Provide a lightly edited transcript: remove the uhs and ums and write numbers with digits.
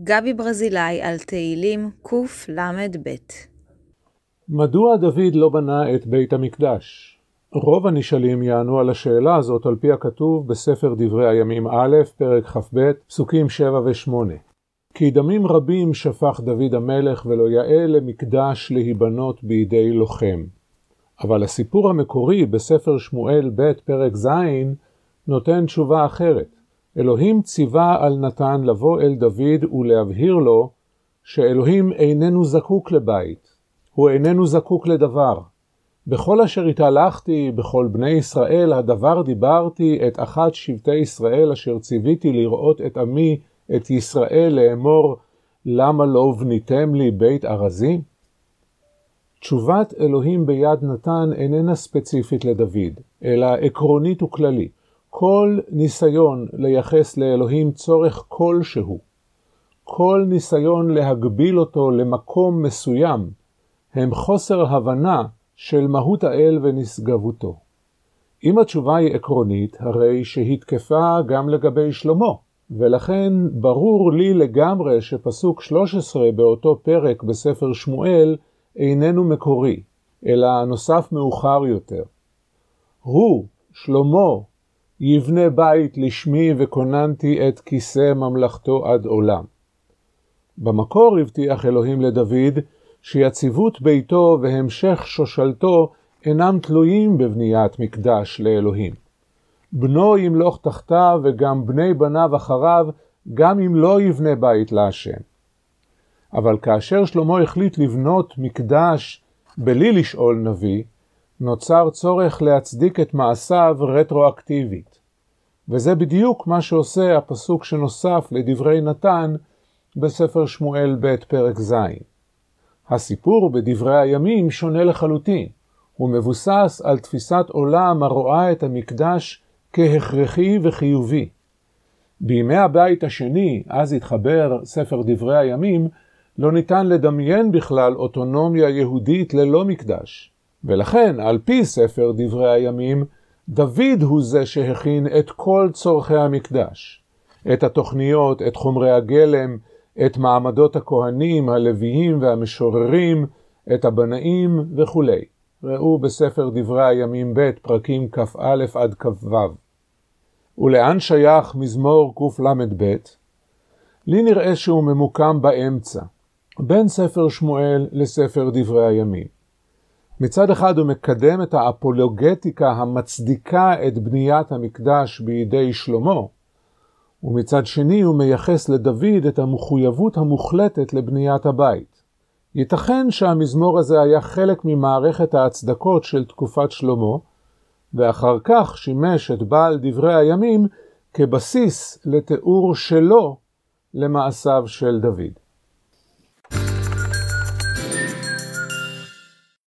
גבי ברזילי על תהילים קל"ב. מדוע דוד לא בנה את בית המקדש? רוב הנשאלים יענו על השאלה הזאת על פי הכתוב בספר דברי הימים א', פרק כ"ב, פסוקים 7 ו-8. כי דמים רבים שפך דוד המלך ולא יאה למקדש להיבנות בידי לוחם. אבל הסיפור המקורי בספר שמואל ב' פרק ז' נותן תשובה אחרת. אלוהים ציווה על נתן לבוא אל דוד ולהבהיר לו שאלוהים איננו זקוק לבית, הוא איננו זקוק לדבר. בכל אשר התהלכתי, בכל בני ישראל, הדבר דיברתי את אחת שבטי ישראל אשר ציוויתי לראות את עמי, את ישראל, לאמור, למה לא בניתם לי בית ארזים? תשובת אלוהים ביד נתן איננה ספציפית לדוד, אלא עקרונית וכללי. כל ניסיון לייחס לאלוהים צורך כלשהו, כל ניסיון להגביל אותו למקום מסוים, הם חוסר הבנה של מהות האל ונשגבותו. אם התשובה היא עקרונית, הרי שהתקפה גם לגבי שלמה, ולכן ברור לי לגמרי שפסוק 13 באותו פרק בספר שמואל איננו מקורי, אלא נוסף מאוחר יותר. הוא, שלמה, יבנה בית לשמי וכוננתי את כיסא ממלכתו עד עולם. במקור הבטיח אלוהים לדוד שיציבות ביתו והמשך שושלתו אינם תלויים בבניית מקדש לאלוהים. בנו ימלוך תחתיו וגם בני בניו אחריו, גם אם לא יבנה בית להשם. אבל כאשר שלמה החליט לבנות מקדש בלי לשאול נביא, נוצר צורך להצדיק את מעשיו רטרואקטיבית. וזה בדיוק מה שעושה הפסוק שנוסף לדברי נתן בספר שמואל ב' פרק ז'. הסיפור בדברי הימים שונה לחלוטין. הוא מבוסס על תפיסת עולם הרואה את המקדש כהכרחי וחיובי. בימי הבית השני, אז התחבר ספר דברי הימים, לא ניתן לדמיין בכלל אוטונומיה יהודית ללא מקדש. ולכן, על פי ספר דברי הימים, דוד הוא זה שהכין את כל צורכי המקדש. את התוכניות, את חומרי הגלם, את מעמדות הכהנים, הלוויים והמשוררים, את הבנאים וכו'. ראו בספר דברי הימים ב' פרקים כ"א עד כ"ו. ולאן שייך מזמור קל"ב? לי נראה שהוא ממוקם באמצע, בין ספר שמואל לספר דברי הימים. מצד אחד הוא מקדם את האפולוגטיקה המצדיקה את בניית המקדש בידי שלמה, ומצד שני הוא מייחס לדוד את המחויבות המוחלטת לבניית הבית. ייתכן שהמזמור הזה היה חלק ממערכת ההצדקות של תקופת שלמה, ואחר כך שימש את בעל דברי הימים כבסיס לתיאור שלו למעשיו של דוד.